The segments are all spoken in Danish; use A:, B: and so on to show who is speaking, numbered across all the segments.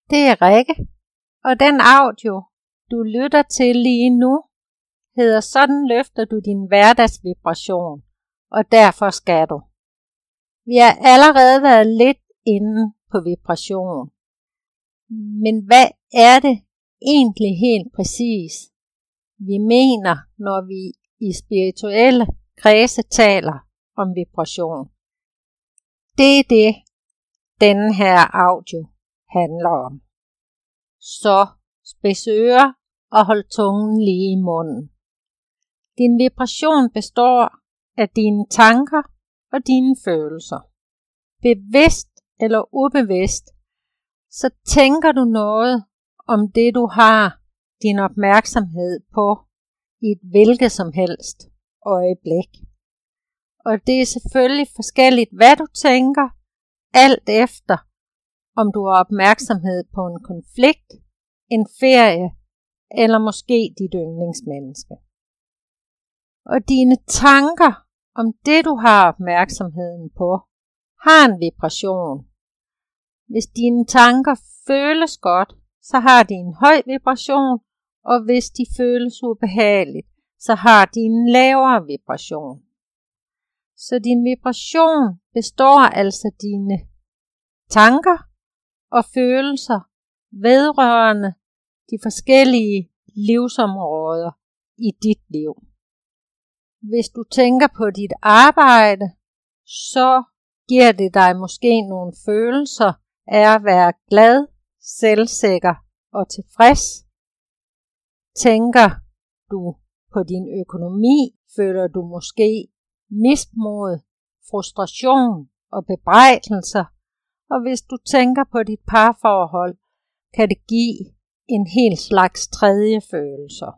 A: Det er Rikke, og den audio, du lytter til lige nu, hedder Sådan løfter du din hverdagsvibration, og derfor skal du. Vi har allerede været lidt inde på vibration. Men hvad er det egentlig helt præcis, vi mener, når vi i spirituelle kredse taler om vibration? Det er det, denne her audio handler om. Så spids ører og hold tungen lige i munden. Din vibration består af dine tanker og dine følelser. Bevidst eller ubevidst, så tænker du noget om det, du har din opmærksomhed på i et hvilket som helst øjeblik. Og det er selvfølgelig forskelligt, hvad du tænker, alt efter om du har opmærksomhed på en konflikt, en ferie eller måske dit yndlingsmenneske. Og dine tanker om det, du har opmærksomheden på, har en vibration. Hvis dine tanker føles godt, så har de en høj vibration, og hvis de føles ubehageligt, så har de en lavere vibration. Så din vibration består altså af dine tanker og følelser vedrørende de forskellige livsområder i dit liv. Hvis du tænker på dit arbejde, så giver det dig måske nogle følelser af at være glad, selvsikker og tilfreds. Tænker du på din økonomi, føler du måske mismod, frustration og bebrejdelser. Og hvis du tænker på dit parforhold, kan det give en hel slags tredje følelser.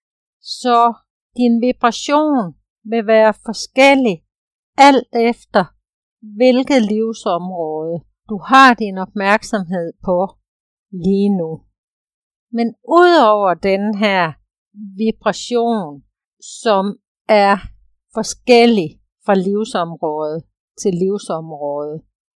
A: Så din vibration vil være forskellig alt efter hvilket livsområde du har din opmærksomhed på lige nu. Men udover den her vibration, som er forskellig fra livsområde til livsområde,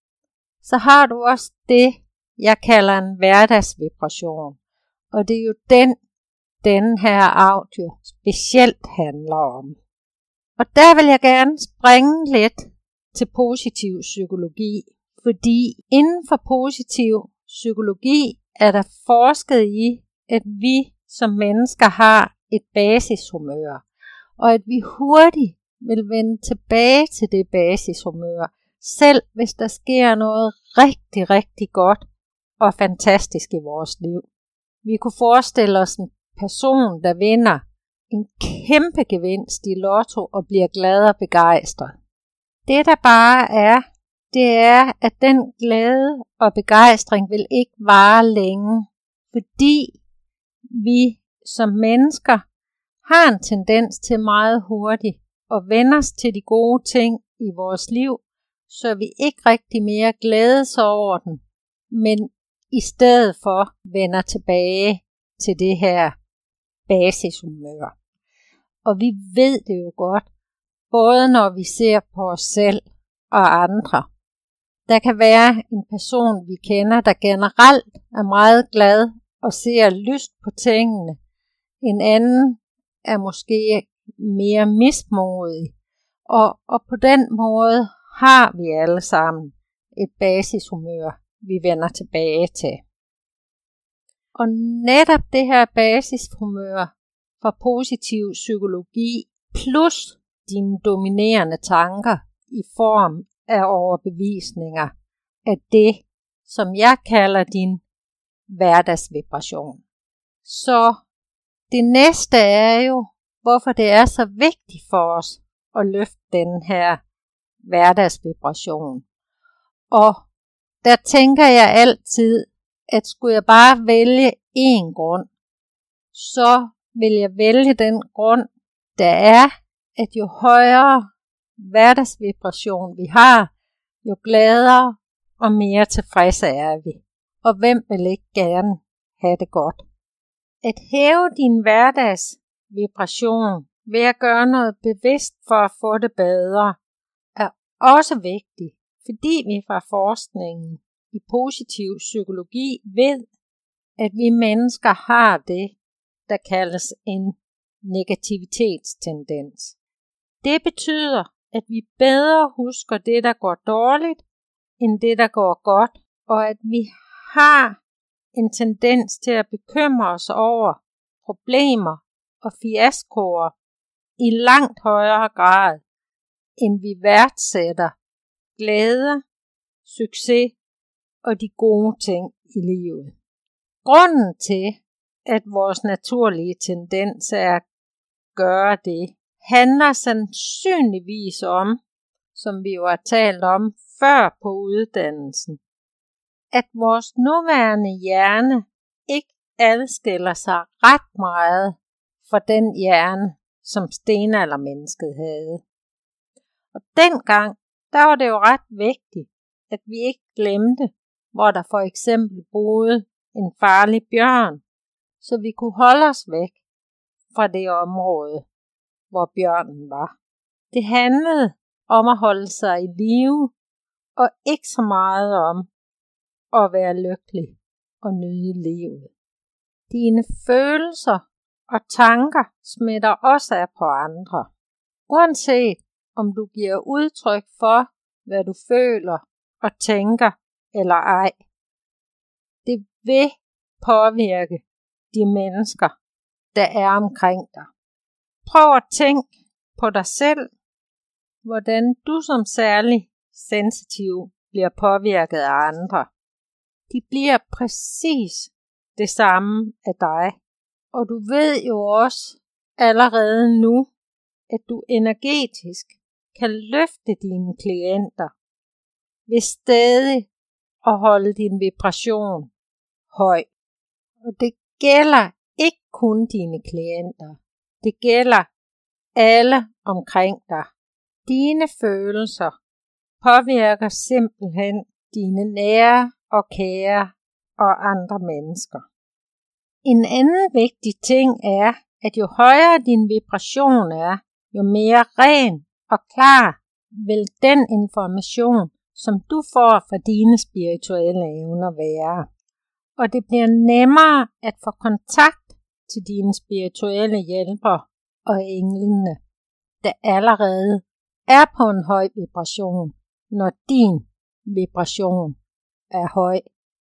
A: så har du også det, jeg kalder en hverdagsvibration. Og det er jo den her audio specielt handler om. Og der vil jeg gerne springe lidt til positiv psykologi, fordi inden for positiv psykologi er der forsket i, at vi som mennesker har et basishumør, og at vi hurtigt vil vende tilbage til det basishumør, selv hvis der sker noget rigtig, rigtig godt og fantastisk i vores liv. Vi kunne forestille os en person, der vinder en kæmpe gevinst i lotto og bliver glad og begejstret. Det der bare er, det er, at den glæde og begejstring vil ikke vare længe, fordi vi som mennesker har en tendens til meget hurtigt at vende os til de gode ting i vores liv, så vi ikke rigtig mere glædes over den, men i stedet for vender tilbage til det her basishumør. Og vi ved det jo godt, både når vi ser på os selv og andre. Der kan være en person, vi kender, der generelt er meget glad og ser lyst på tingene. En anden er måske mere mismodig. Og på den måde har vi alle sammen et basishumør, vi vender tilbage til. Og netop det her basishumør fra positiv psykologi plus dine dominerende tanker i form af overbevisninger af det, som jeg kalder din hverdagsvibration. Så det næste er jo, hvorfor det er så vigtigt for os at løfte den her hverdagsvibration. Og der tænker jeg altid, at skulle jeg bare vælge én grund, så vil jeg vælge den grund, der er, at jo højere hverdagsvibration vi har, jo gladere og mere tilfredse er vi. Og hvem vil ikke gerne have det godt? At hæve din hverdagsvibration ved at gøre noget bevidst for at få det bedre, er også vigtigt, fordi vi fra forskningen i positiv psykologi ved, at vi mennesker har det, der kaldes en negativitetstendens. Det betyder, at vi bedre husker det, der går dårligt, end det, der går godt, og at vi har en tendens til at bekymre os over problemer og fiaskoer i langt højere grad, end vi værdsætter glæde, succes og de gode ting i livet. Grunden til, at vores naturlige tendens er at gøre det, handler sandsynligvis om, som vi jo har talt om før på uddannelsen, at vores nuværende hjerne ikke adskiller sig ret meget fra den hjerne, som stenaldermennesket havde. Og dengang, der var det jo ret vigtigt, at vi ikke glemte, hvor der for eksempel boede en farlig bjørn, så vi kunne holde os væk fra det område, hvor bjørnen var. Det handlede om at holde sig i live, og ikke så meget om at være lykkelig og nyde livet. Dine følelser og tanker smitter også af på andre. Uanset om du giver udtryk for, hvad du føler og tænker eller ej. Det vil påvirke de mennesker, der er omkring dig. Prøv at tænke på dig selv, hvordan du som særlig sensitiv bliver påvirket af andre. De bliver præcis det samme af dig, og du ved jo også allerede nu, at du energetisk kan løfte dine klienter ved stadig at holde din vibration høj. Og det gælder ikke kun dine klienter. Det gælder alle omkring dig. Dine følelser påvirker simpelthen dine nære og kære og andre mennesker. En anden vigtig ting er, at jo højere din vibration er, jo mere ren og klar vil den information, som du får fra dine spirituelle evner være. Og det bliver nemmere at få kontakt til dine spirituelle hjælpere og englene, der allerede er på en høj vibration, når din vibration er høj.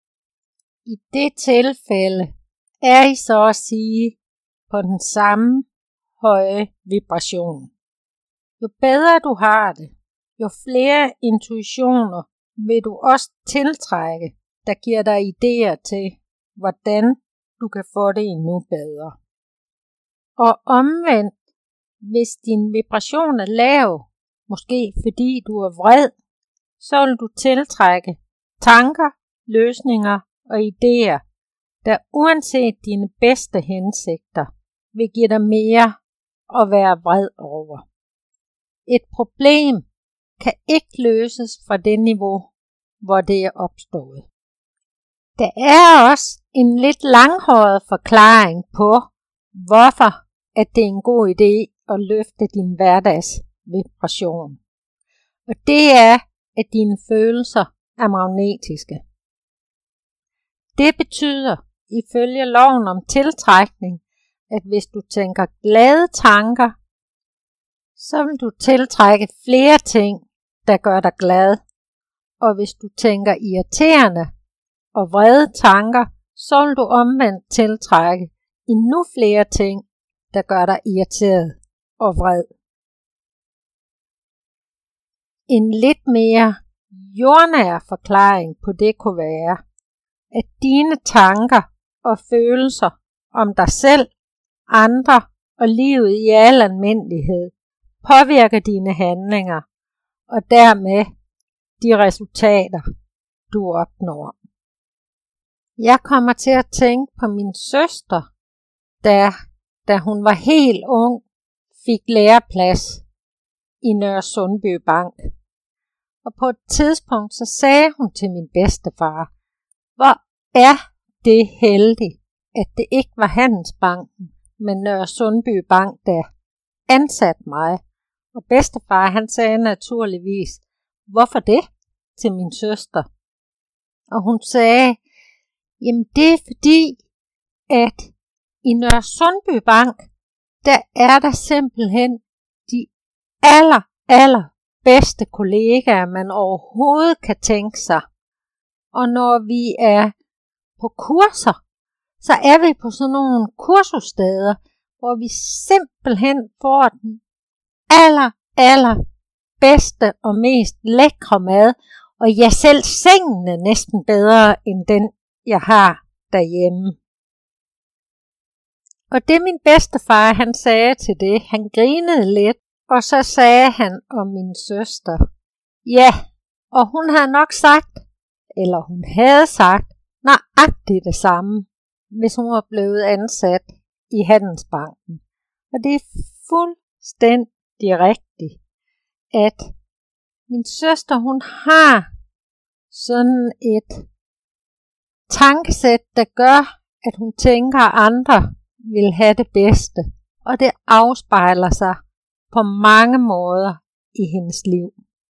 A: I det tilfælde er I så at sige på den samme høje vibration. Jo bedre du har det, jo flere intuitioner vil du også tiltrække, der giver dig idéer til, hvordan du kan få det endnu bedre. Og omvendt, hvis din vibration er lav, måske fordi du er vred, så vil du tiltrække tanker, løsninger og idéer, der uanset dine bedste hensigter, vil give dig mere at være vred over. Et problem kan ikke løses fra det niveau, hvor det er opstået. Der er også en lidt langhåret forklaring på, hvorfor at det er en god idé at løfte din hverdagsvibration. Og det er, at dine følelser er magnetiske. Det betyder, ifølge loven om tiltrækning, at hvis du tænker glade tanker, så vil du tiltrække flere ting, der gør dig glad. Og hvis du tænker irriterende og vrede tanker, så vil du omvendt tiltrække endnu flere ting, der gør dig irriteret og vred. En lidt mere jordnær forklaring på det kunne være, at dine tanker og følelser om dig selv, andre og livet i al almindelighed påvirker dine handlinger og dermed de resultater, du opnår. Jeg kommer til at tænke på min søster, da hun var helt ung, fik læreplads i Nørre Sundby Bank. Og på et tidspunkt så sagde hun til min bedstefar, hvor er det heldigt, at det ikke var Handelsbanken, men Nørre Sundby Bank, der ansatte mig. Og bedstefar han sagde naturligvis, hvorfor det, til min søster. Og hun sagde, Jamen det er fordi, at i Nørresundby Bank, der er der simpelthen de aller bedste kollegaer, man overhovedet kan tænke sig. Og når vi er på kurser, så er vi på sådan nogle kursussteder, hvor vi simpelthen får den aller bedste og mest lækre mad, og ja, selv sengen er næsten bedre end den, jeg har derhjemme. Og det min bedstefar, han sagde til det, han grinede lidt, og så sagde han om min søster, ja, og hun havde nok sagt, eller hun havde sagt, nøjagtigt det samme, hvis hun var blevet ansat i Handelsbanken. Og det er fuldstændig rigtigt, at min søster, hun har sådan et tankesæt, der gør, at hun tænker, at andre vil have det bedste. Og det afspejler sig på mange måder i hendes liv.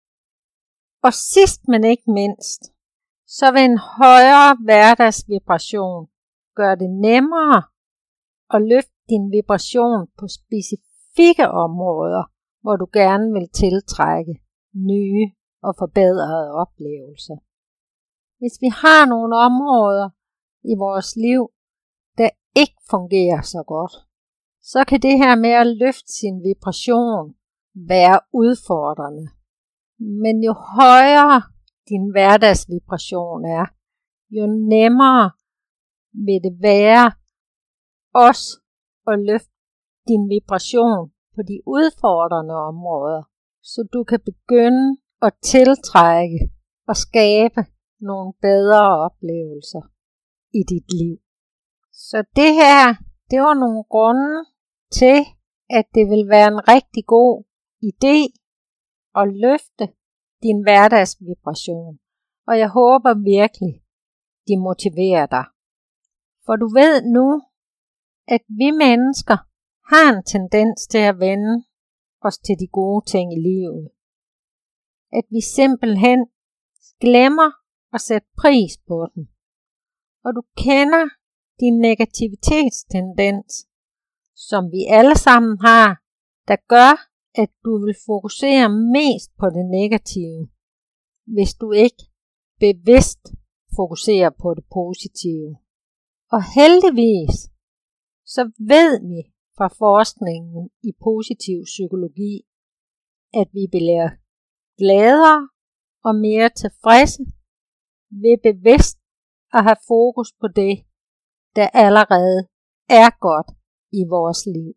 A: Og sidst men ikke mindst, så vil en højere hverdagsvibration gøre det nemmere at løfte din vibration på specifikke områder, hvor du gerne vil tiltrække nye og forbedrede oplevelser. Hvis vi har nogle områder i vores liv, der ikke fungerer så godt, så kan det her med at løfte sin vibration være udfordrende. Men jo højere din hverdagsvibration er, jo nemmere vil det være også at løfte din vibration på de udfordrende områder, så du kan begynde at tiltrække og skabe nogle bedre oplevelser i dit liv. Så det her, det var nogle grunde til, at det vil være en rigtig god idé at løfte din hverdagsvibration. Og jeg håber virkelig, de motiverer dig. For du ved nu, at vi mennesker har en tendens til at vende os til de gode ting i livet. At vi simpelthen glemmer at sætte pris på den. Og du kender din negativitetstendens, som vi alle sammen har, der gør, at du vil fokusere mest på det negative, hvis du ikke bevidst fokuserer på det positive. Og heldigvis, så ved vi fra forskningen i positiv psykologi, at vi bliver gladere og mere tilfredse ved bevidst at have fokus på det, der allerede er godt i vores liv.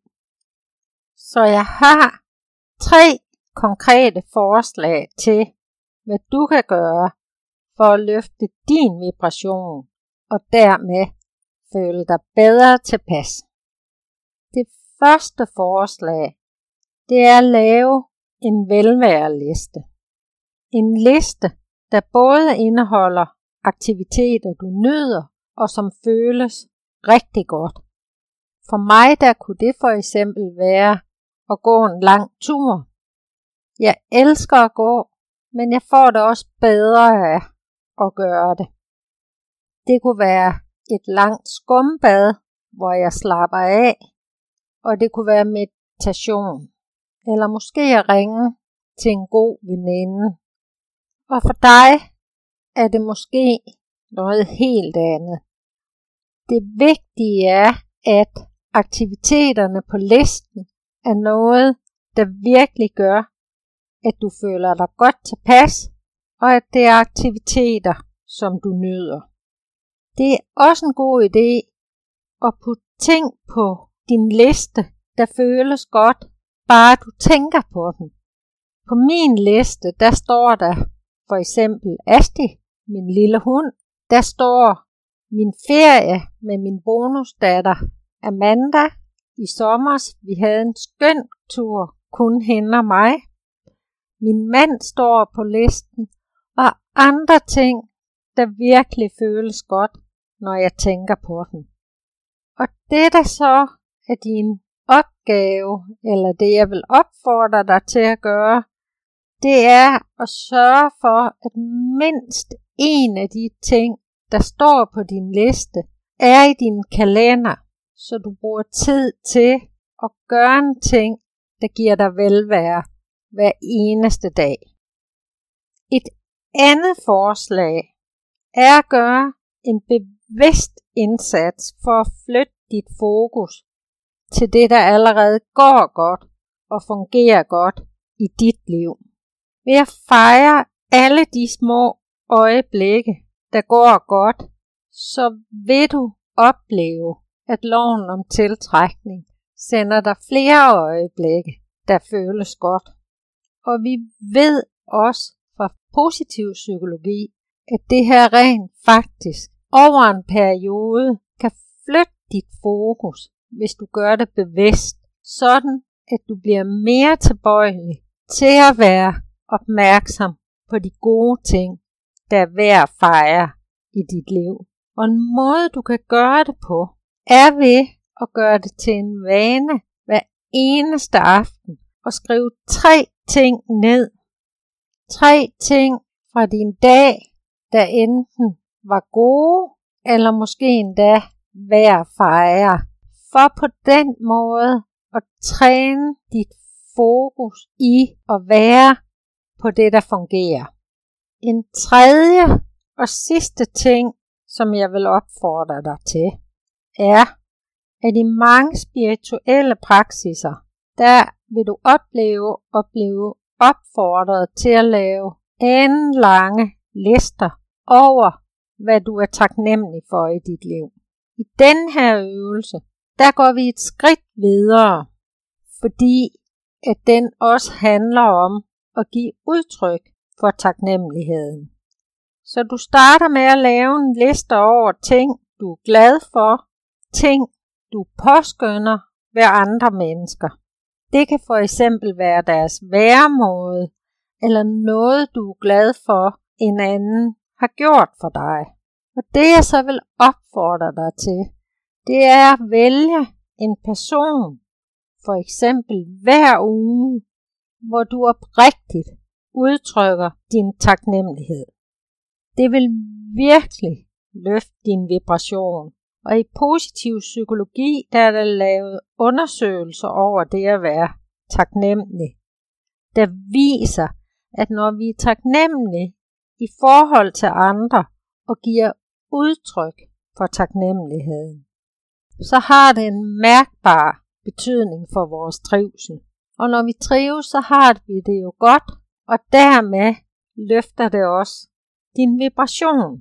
A: Så jeg har 3 konkrete forslag til, hvad du kan gøre for at løfte din vibration og dermed føle dig bedre tilpas. Det første forslag, det er at lave en velværeliste. En liste, der både indeholder aktiviteter, du nyder og som føles rigtig godt. For mig der kunne det for eksempel være at gå en lang tur. Jeg elsker at gå, men jeg får det også bedre af at gøre det. Det kunne være et langt skumbad, hvor jeg slapper af, og det kunne være meditation, eller måske at ringe til en god veninde. Og for dig er det måske noget helt andet. Det vigtige er, at aktiviteterne på listen er noget, der virkelig gør, at du føler dig godt tilpas, og at det er aktiviteter, som du nyder. Det er også en god idé at putte ting på din liste, der føles godt, bare du tænker på den. På min liste, der står der for eksempel Asti, min lille hund. Der står min ferie med min bonusdatter Amanda i sommer. Vi havde en skøn tur, kun hende og mig. Min mand står på listen, og andre ting, der virkelig føles godt, når jeg tænker på den. Og det der så er din opgave, eller det jeg vil opfordre dig til at gøre, det er at sørge for, at mindst en af de ting der står på din liste, er i din kalender, så du bruger tid til at gøre en ting, der giver dig velvære hver eneste dag. Et andet forslag er at gøre en bevidst indsats for at flytte dit fokus til det, der allerede går godt og fungerer godt i dit liv. Ved at fejre alle de små øjeblikke, der går godt, så vil du opleve, at loven om tiltrækning sender dig flere øjeblikke, der føles godt. Og vi ved også fra positiv psykologi, at det her rent faktisk over en periode kan flytte dit fokus, hvis du gør det bevidst, sådan at du bliver mere tilbøjelig til at være opmærksom på de gode ting, der er værd at fejre i dit liv. Og en måde du kan gøre det på, er ved at gøre det til en vane hver eneste aften og skrive 3 ting ned. 3 ting fra din dag, der enten var gode, eller måske endda værd at fejre. For på den måde at træne dit fokus i at være på det, der fungerer. En tredje og sidste ting, som jeg vil opfordre dig til, er, at i mange spirituelle praksiser, der vil du opleve og blive opfordret til at lave lange lister over, hvad du er taknemmelig for i dit liv. I den her øvelse, der går vi et skridt videre, fordi at den også handler om at give udtryk for taknemmeligheden. Så du starter med at lave en liste over ting, du er glad for, ting, du påskønner ved andre mennesker. Det kan for eksempel være deres væremåde, eller noget, du er glad for, en anden har gjort for dig. Og det jeg så vil opfordre dig til, det er at vælge en person, for eksempel hver uge, hvor du oprigtigt udtrykker din taknemmelighed. Det vil virkelig løfte din vibration. Og i positiv psykologi, der er der lavet undersøgelser over det at være taknemmelig, der viser, at når vi er taknemmelige i forhold til andre og giver udtryk for taknemmeligheden, så har det en mærkbar betydning for vores trivsel. Og når vi trives, så har vi det jo godt, og dermed løfter det også din vibration.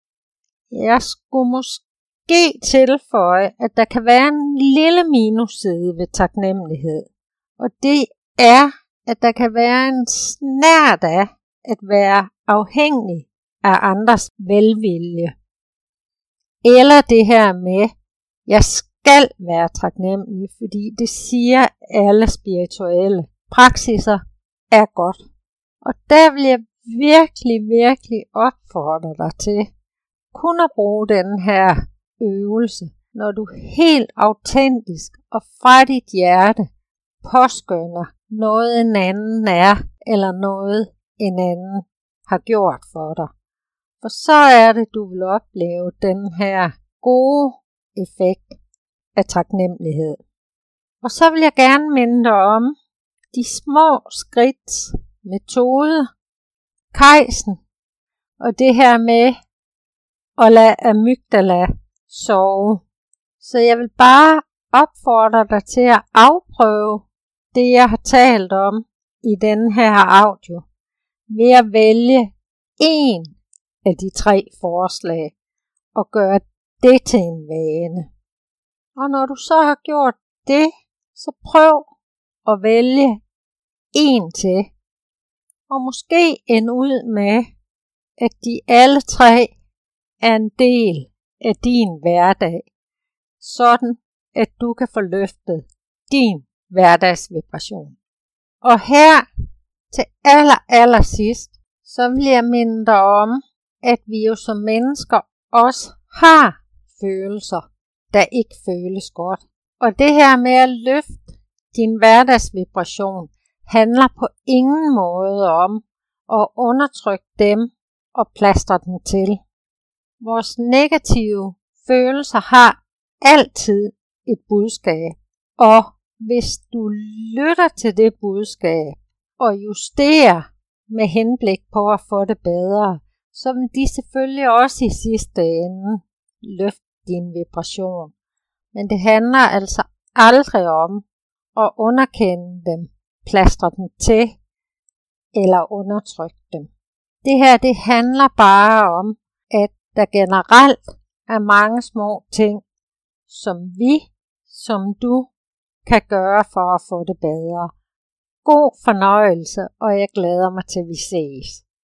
A: Jeg skulle måske tilføje, at der kan være en lille minusside ved taknemmelighed. Og det er, at der kan være en snert af at være afhængig af andres velvilje. Eller det her med, jeg skal være taknemmelig, fordi det siger alle spirituelle praksiser er godt. Og der vil jeg virkelig opfordre dig til kun at bruge den her øvelse, når du helt autentisk og fra dit hjerte påskønner noget en anden er, eller noget en anden har gjort for dig. For så er det, du vil opleve den her gode effekt af taknemmelighed. Og så vil jeg gerne minde dig om de små skridts metode, Kajsen, og det her med at lade amygdala sove. Så jeg vil bare opfordre dig til at afprøve det, jeg har talt om i denne her audio, ved at vælge en af de 3 forslag og gøre det til en vane. Og når du så har gjort det, så prøv at vælge en til, og måske ende ud med, at de alle 3 er en del af din hverdag, sådan at du kan få løftet din hverdagsvibration. Og her til aller sidst, så vil jeg minde dig om, at vi jo som mennesker også har følelser, der ikke føles godt. Og det her med at løfte din hverdagsvibration handler på ingen måde om at undertrykke dem og plastre dem til. Vores negative følelser har altid et budskab, og hvis du lytter til det budskab og justerer med henblik på at få det bedre, så vil de selvfølgelig også i sidste ende løfte din vibration. Men det handler altså aldrig om at underkende dem, plastre dem til eller undertrykke dem. Det her, det handler bare om, at der generelt er mange små ting, som vi, som du, kan gøre for at få det bedre. God fornøjelse, og jeg glæder mig til, vi ses.